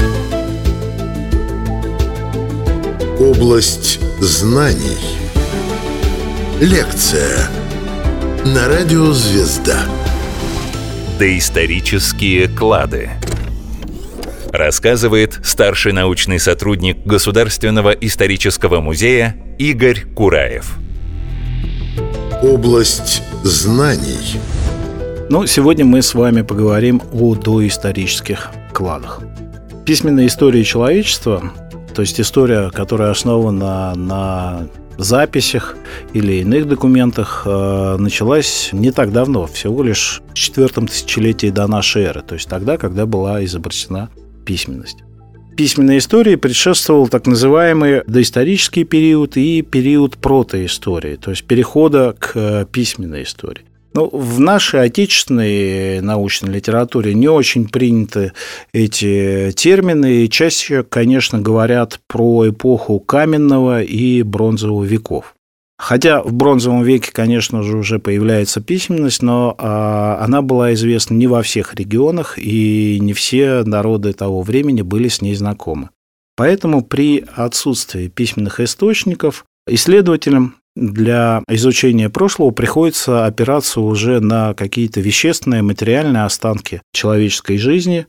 Область знаний. Лекция на радио «Звезда». Доисторические клады. Рассказывает старший научный сотрудник Государственного исторического музея Игорь Кураев. Область знаний. Сегодня мы с вами поговорим о доисторических кладах. Письменная история человечества, то есть история, которая основана на записях или иных документах, началась не так давно, всего лишь в 4 тысячелетии до нашей эры, то есть тогда, когда была изобретена письменность. Письменной истории предшествовал так называемый доисторический период и период протоистории, то есть перехода к письменной истории. В нашей отечественной научной литературе не очень приняты эти термины, и чаще, конечно, говорят про эпоху каменного и бронзового веков. Хотя в бронзовом веке, конечно же, уже появляется письменность, но она была известна не во всех регионах, и не все народы того времени были с ней знакомы. Поэтому при отсутствии письменных источников исследователям для изучения прошлого приходится опираться уже на какие-то вещественные, материальные останки человеческой жизни,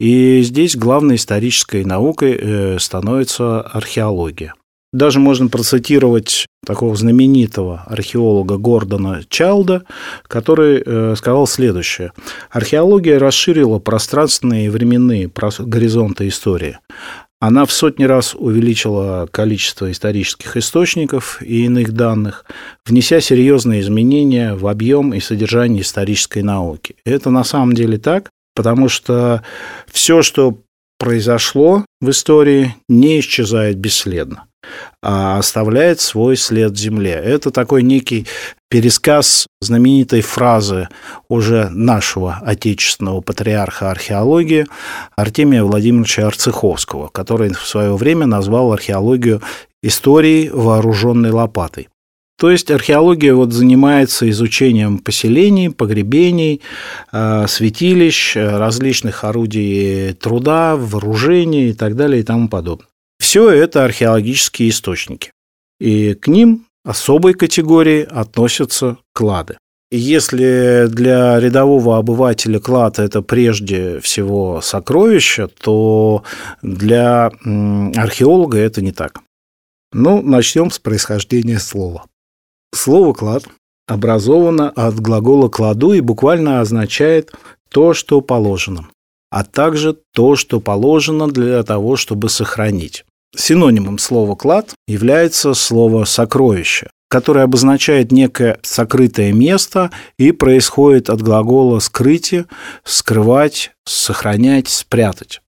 и здесь главной исторической наукой становится археология. Даже можно процитировать такого знаменитого археолога Гордона Чайлда, который сказал следующее: «Археология расширила пространственные и временные горизонты истории. Она в сотни раз увеличила количество исторических источников и иных данных, внеся серьезные изменения в объем и содержание исторической науки». Это на самом деле так, потому что все, что произошло в истории, не исчезает бесследно, а оставляет свой след в земле. Это такой некий пересказ знаменитой фразы уже нашего отечественного патриарха археологии Артемия Владимировича Арцеховского, который в свое время назвал археологию историей, вооруженной лопатой. То есть археология занимается изучением поселений, погребений, святилищ, различных орудий труда, вооружений и так далее и тому подобное. Все это археологические источники, и к ним особой категории относятся клады. Если для рядового обывателя клад – это прежде всего сокровище, то для археолога это не так. Начнем с происхождения слова. Слово «клад» образовано от глагола «кладу» и буквально означает «то, что положено», а также «то, что положено для того, чтобы сохранить». Синонимом слова «клад» является слово «сокровище», которое обозначает некое сокрытое место и происходит от глагола «скрытие», «скрывать», «сохранять», «спрятать».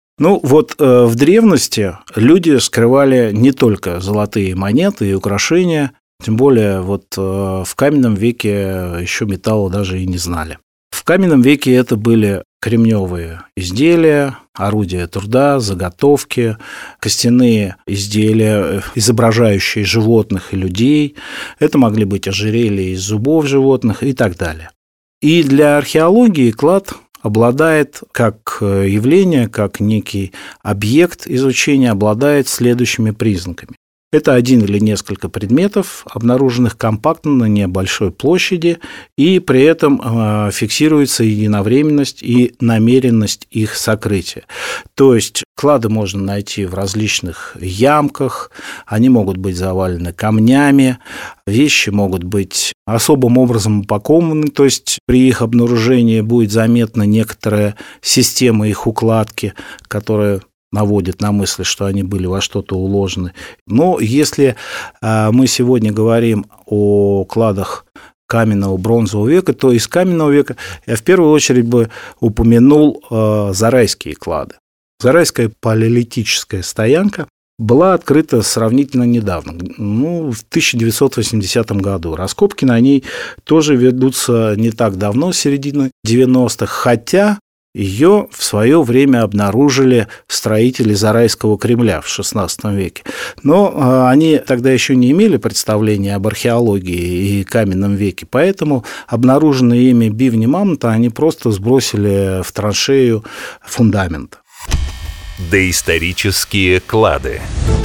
В древности люди скрывали не только золотые монеты и украшения, тем более в каменном веке еще металла даже и не знали. В каменном веке это были кремневые изделия, орудия труда, заготовки, костяные изделия, изображающие животных и людей. Это могли быть ожерелья из зубов животных и так далее. И для археологии клад обладает как явление, как некий объект изучения, обладает следующими признаками. Это один или несколько предметов, обнаруженных компактно на небольшой площади, и при этом фиксируется единовременность и намеренность их сокрытия. То есть клады можно найти в различных ямках, они могут быть завалены камнями, вещи могут быть особым образом упакованы, то есть при их обнаружении будет заметна некоторая система их укладки, которая наводит на мысль, что они были во что-то уложены. Но если мы сегодня говорим о кладах каменного бронзового века, то из каменного века я в первую очередь бы упомянул зарайские клады. Зарайская палеолитическая стоянка была открыта сравнительно недавно, в 1980 году. Раскопки на ней тоже ведутся не так давно, с середины 90-х, хотя ее в свое время обнаружили строители Зарайского Кремля в XVI веке. Но они тогда еще не имели представления об археологии и каменном веке, поэтому обнаруженные ими бивни мамонта они просто сбросили в траншею фундамент. Доисторические клады.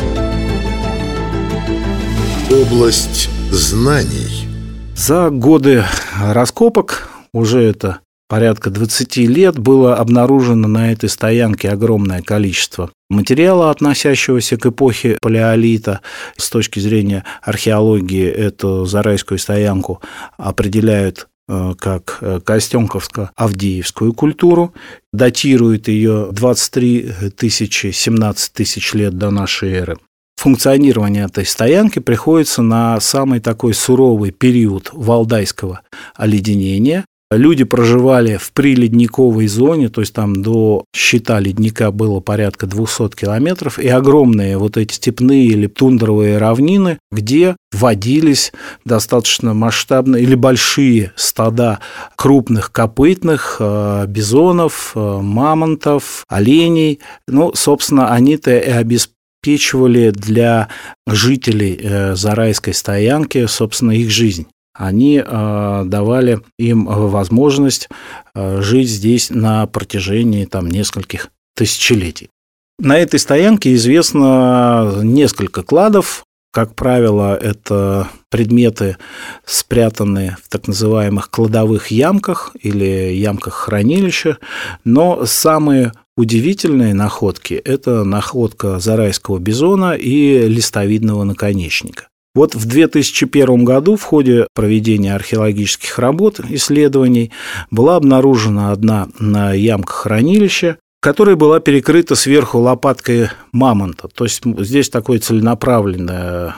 Область знаний. За годы раскопок, уже это порядка 20 лет, было обнаружено на этой стоянке огромное количество материала, относящегося к эпохе палеолита. С точки зрения археологии эту зарайскую стоянку определяют как костенковско-авдеевскую культуру, датирует ее 23 тысячи, 17 тысяч лет до нашей эры. Функционирование этой стоянки приходится на самый такой суровый период валдайского оледенения. Люди проживали в приледниковой зоне, то есть там до щита ледника было порядка 200 километров, и огромные вот эти степные или тундровые равнины, где водились достаточно масштабные или большие стада крупных копытных бизонов, мамонтов, оленей. Ну, собственно, они-то и обеспечивали для жителей зарайской стоянки, собственно, их жизнь. Они давали им возможность жить здесь на протяжении нескольких тысячелетий. На этой стоянке известно несколько кладов. Как правило, это предметы, спрятанные в так называемых кладовых ямках или ямках хранилища. Но самые удивительные находки – это находка зарайского бизона и листовидного наконечника. Вот в 2001 году в ходе проведения археологических работ, исследований, была обнаружена одна ямка хранилища, которая была перекрыта сверху лопаткой мамонта. То есть здесь такое целенаправленное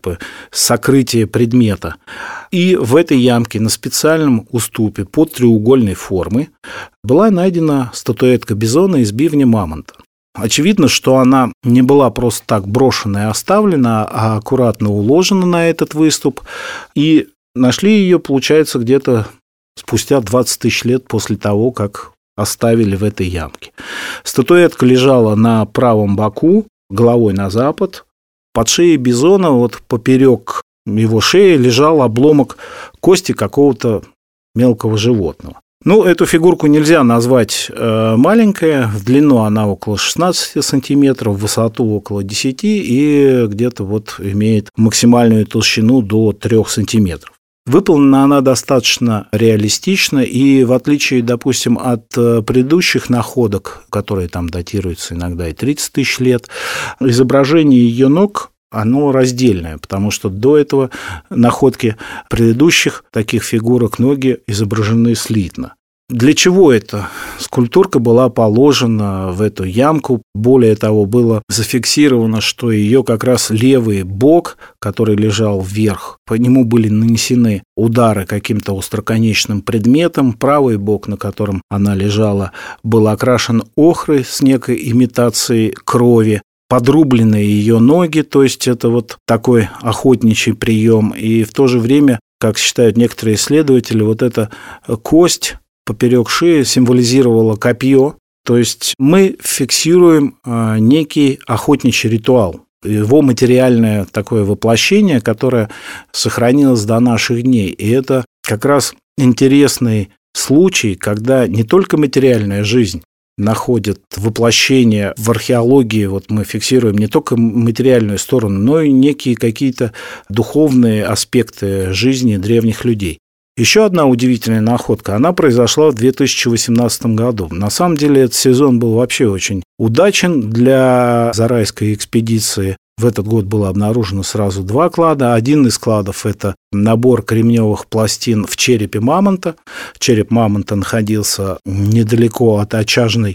сокрытие предмета. И в этой ямке на специальном уступе под треугольной формы была найдена статуэтка бизона из бивня мамонта. Очевидно, что она не была просто так брошена и оставлена, а аккуратно уложена на этот выступ. И нашли ее, получается, где-то спустя 20 тысяч лет после того, как оставили в этой ямке. Статуэтка лежала на правом боку, головой на запад. Под шеей бизона, вот поперек его шеи, лежал обломок кости какого-то мелкого животного. Эту фигурку нельзя назвать маленькой. В длину она около 16 сантиметров, в высоту около 10 и где-то имеет максимальную толщину до 3 сантиметров. Выполнена она достаточно реалистично, и в отличие, допустим, от предыдущих находок, которые там датируются иногда и 30 тысяч лет, изображение ее ног оно раздельное, потому что до этого находки предыдущих таких фигурок ноги изображены слитно. Для чего эта скульптурка была положена в эту ямку? Более того, было зафиксировано, что ее как раз левый бок, который лежал вверх, по нему были нанесены удары каким-то остроконечным предметом. Правый бок, на котором она лежала, был окрашен охрой с некой имитацией крови. Подрублены ее ноги, то есть это такой охотничий прием. И в то же время, как считают некоторые исследователи, эта кость поперек шеи символизировала копье. То есть мы фиксируем некий охотничий ритуал, его материальное такое воплощение, которое сохранилось до наших дней. И это как раз интересный случай, когда не только материальная жизнь находит воплощение в археологии. Мы фиксируем не только материальную сторону, но и некие какие-то духовные аспекты жизни древних людей. Еще одна удивительная находка, она произошла в 2018 году. На самом деле этот сезон был вообще очень удачен для зарайской экспедиции. В этот год было обнаружено сразу 2 клада. Один из кладов – это набор кремневых пластин в черепе мамонта. Череп мамонта находился недалеко от очажной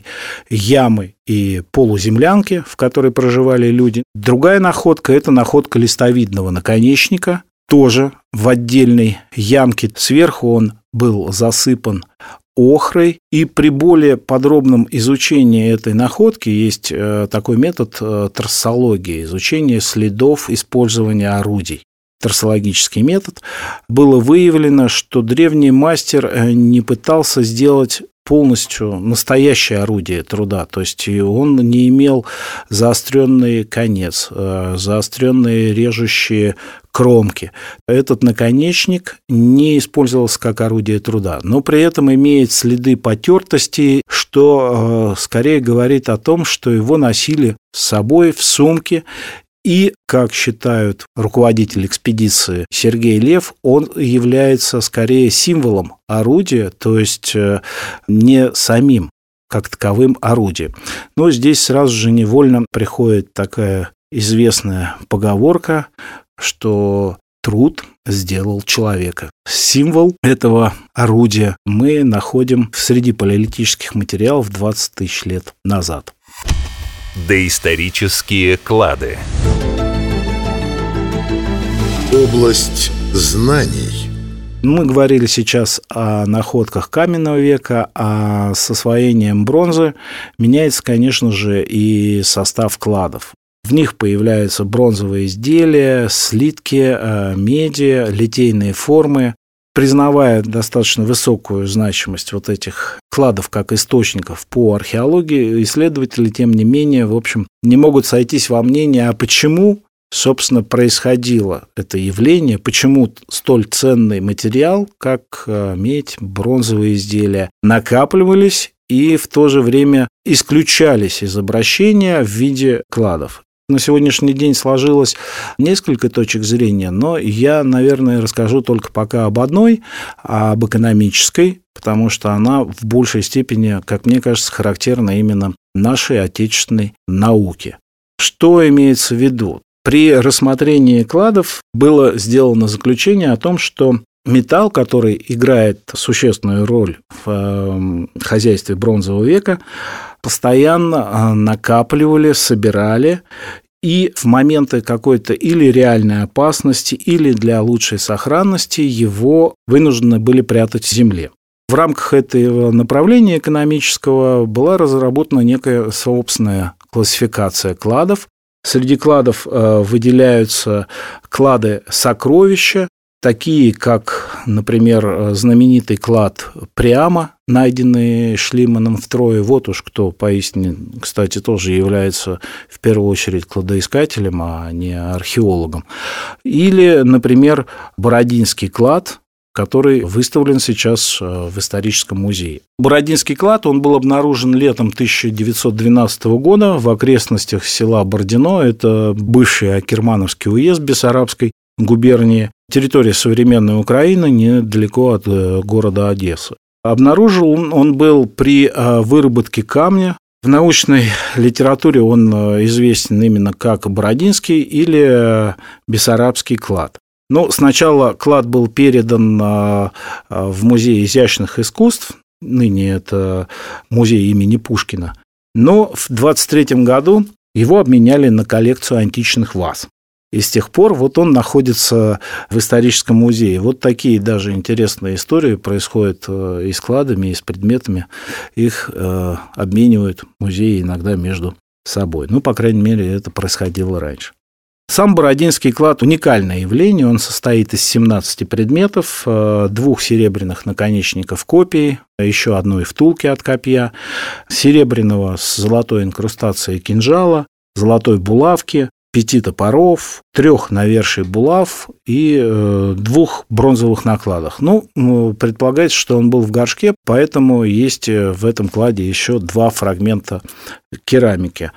ямы и полуземлянки, в которой проживали люди. Другая находка – это находка листовидного наконечника, тоже в отдельной ямке. Сверху он был засыпан охрой. И при более подробном изучении этой находки есть такой метод трассологии, изучение следов использования орудий. Трассологический метод. Было выявлено, что древний мастер не пытался сделать полностью настоящее орудие труда, то есть он не имел заостренный конец, заостренные режущие кромки. Этот наконечник не использовался как орудие труда, но при этом имеет следы потертости, что скорее говорит о том, что его носили с собой в сумке. И, как считают руководитель экспедиции Сергей Лев, он является скорее символом орудия, то есть не самим как таковым орудием. Но здесь сразу же невольно приходит такая известная поговорка, что труд сделал человека. Символ этого орудия мы находим среди палеолитических материалов 20 тысяч лет назад. Доисторические клады. Область знаний. Мы говорили сейчас о находках каменного века, а с освоением бронзы меняется, конечно же, и состав кладов. В них появляются бронзовые изделия, слитки, меди, литейные формы. Признавая достаточно высокую значимость вот этих кладов как источников по археологии, исследователи, тем не менее, в общем, не могут сойтись во мнении, а почему, собственно, происходило это явление, почему столь ценный материал, как медь, бронзовые изделия, накапливались и в то же время исключались из обращения в виде кладов. На сегодняшний день сложилось несколько точек зрения, но я, наверное, расскажу только пока об одной, об экономической, потому что она в большей степени, как мне кажется, характерна именно нашей отечественной науке. Что имеется в виду? При рассмотрении кладов было сделано заключение о том, что металл, который играет существенную роль в хозяйстве бронзового века, постоянно накапливали, собирали, и в моменты какой-то или реальной опасности, или для лучшей сохранности его вынуждены были прятать в земле. В рамках этого направления экономического была разработана некая собственная классификация кладов. Среди кладов выделяются клады-сокровища, такие как, например, знаменитый клад Приама, найденный Шлиманом в Трое. Вот уж кто поистине, кстати, тоже является в первую очередь кладоискателем, а не археологом. Или, например, Бородинский клад, который выставлен сейчас в историческом музее. Бородинский клад, он был обнаружен летом 1912 года в окрестностях села Бородино, это бывший Акермановский уезд Бессарабской губернии, территория современной Украины, недалеко от города Одесса. Обнаружен он был при выработке камня. В научной литературе он известен именно как Бородинский или Бессарабский клад. Но сначала клад был передан в Музей изящных искусств, ныне это музей имени Пушкина, но в 1923 году его обменяли на коллекцию античных ваз. И с тех пор вот он находится в историческом музее. Вот такие даже интересные истории происходят и с кладами, и с предметами. Их обменивают музеи иногда между собой. Ну, по крайней мере, это происходило раньше. Сам Бородинский клад – уникальное явление. Он состоит из 17 предметов, 2 серебряных наконечников копий, еще одной втулки от копья, серебряного с золотой инкрустацией кинжала, золотой булавки, 5 топоров, 3 наверший булав и 2 бронзовых накладах. Ну, предполагается, что он был в горшке, поэтому есть в этом кладе еще 2 фрагмента керамики.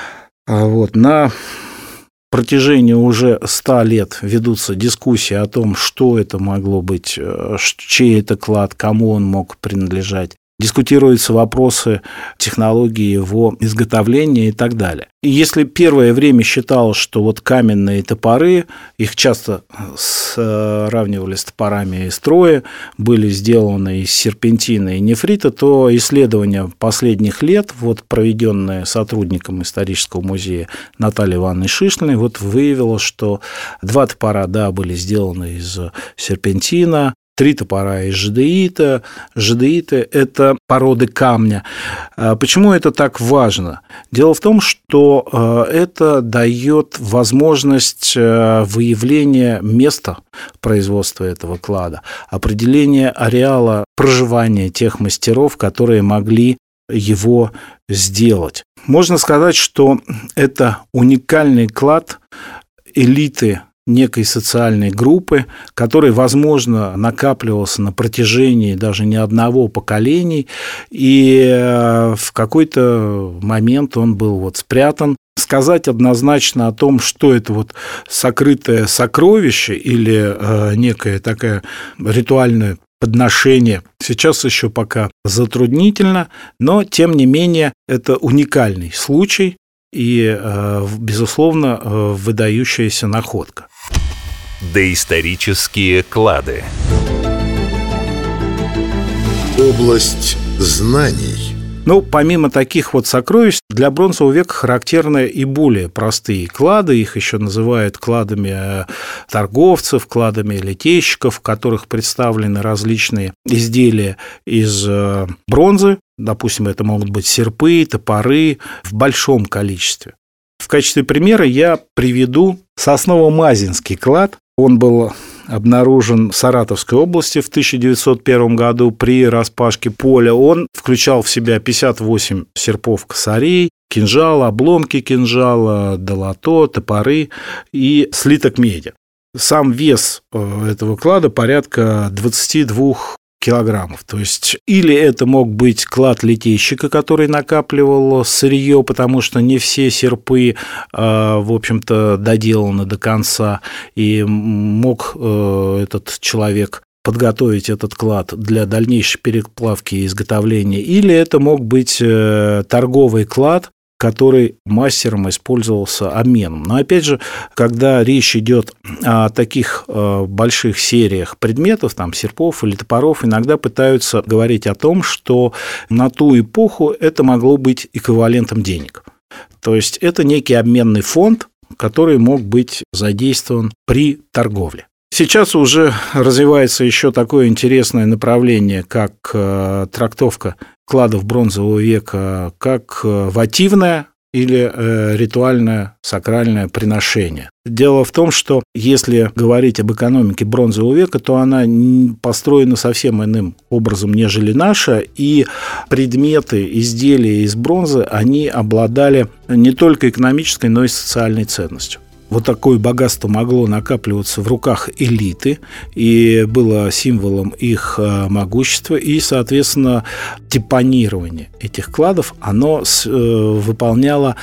Вот. На протяжении уже 100 лет ведутся дискуссии о том, что это могло быть, чей это клад, кому он мог принадлежать. Дискутируются вопросы технологии его изготовления и так далее. И если первое время считалось, что вот каменные топоры, их часто сравнивали с топорами из Трои, были сделаны из серпентина и нефрита, то исследования последних лет, вот проведенные сотрудником исторического музея Натальей Ивановной Шишлиной, вот выявило, что 2 топора, да, были сделаны из серпентина, 3 топора из жадеита. Жадеиты – это породы камня. Почему это так важно? Дело в том, что это дает возможность выявления места производства этого клада, определения ареала проживания тех мастеров, которые могли его сделать. Можно сказать, что это уникальный клад элиты некой социальной группы, который, возможно, накапливался на протяжении даже не одного поколения, и в какой-то момент он был спрятан. Сказать однозначно о том, что это сокрытое сокровище или некое такое ритуальное подношение, сейчас еще пока затруднительно, но, тем не менее, это уникальный случай и, безусловно, выдающаяся находка. Доисторические клады. Область знаний. Помимо таких сокровищ, для бронзового века характерны и более простые клады. Их еще называют кладами торговцев, кладами литейщиков, в которых представлены различные изделия из бронзы. Допустим, это могут быть серпы, топоры в большом количестве. В качестве примера я приведу Сосново-Мазинский клад. Он был обнаружен в Саратовской области в 1901 году при распашке поля. Он включал в себя 58 серпов косарей, кинжал, обломки кинжала, долото, топоры и слиток меди. Сам вес этого клада порядка 22 килограммов. То есть, или это мог быть клад литейщика, который накапливал сырье, потому что не все серпы, в общем-то, доделаны до конца, и мог этот человек подготовить этот клад для дальнейшей переплавки и изготовления, или это мог быть торговый клад, который мастером использовался обменом. Но опять же, когда речь идет о таких больших сериях предметов, серпов или топоров, иногда пытаются говорить о том, что на ту эпоху это могло быть эквивалентом денег. То есть это некий обменный фонд, который мог быть задействован при торговле. Сейчас уже развивается еще такое интересное направление, как трактовка кладов бронзового века как вотивное или ритуальное сакральное приношение. Дело в том, что если говорить об экономике бронзового века, то она построена совсем иным образом, нежели наша, и предметы, изделия из бронзы, они обладали не только экономической, но и социальной ценностью. Такое богатство могло накапливаться в руках элиты и было символом их могущества, и, соответственно, депонирование этих кладов, оно выполняло,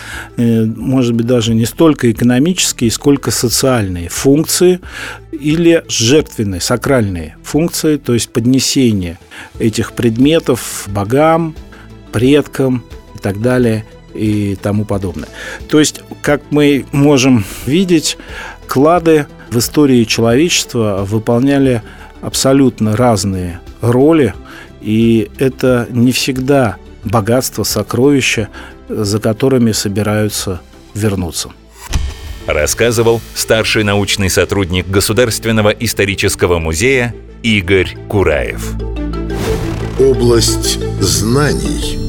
может быть, даже не столько экономические, сколько социальные функции или жертвенные, сакральные функции, то есть поднесение этих предметов богам, предкам и так далее, и тому подобное. То есть, как мы можем видеть, клады в истории человечества выполняли абсолютно разные роли, и это не всегда богатство, сокровища, за которыми собираются вернуться. Рассказывал старший научный сотрудник Государственного исторического музея Игорь Кураев. Область знаний.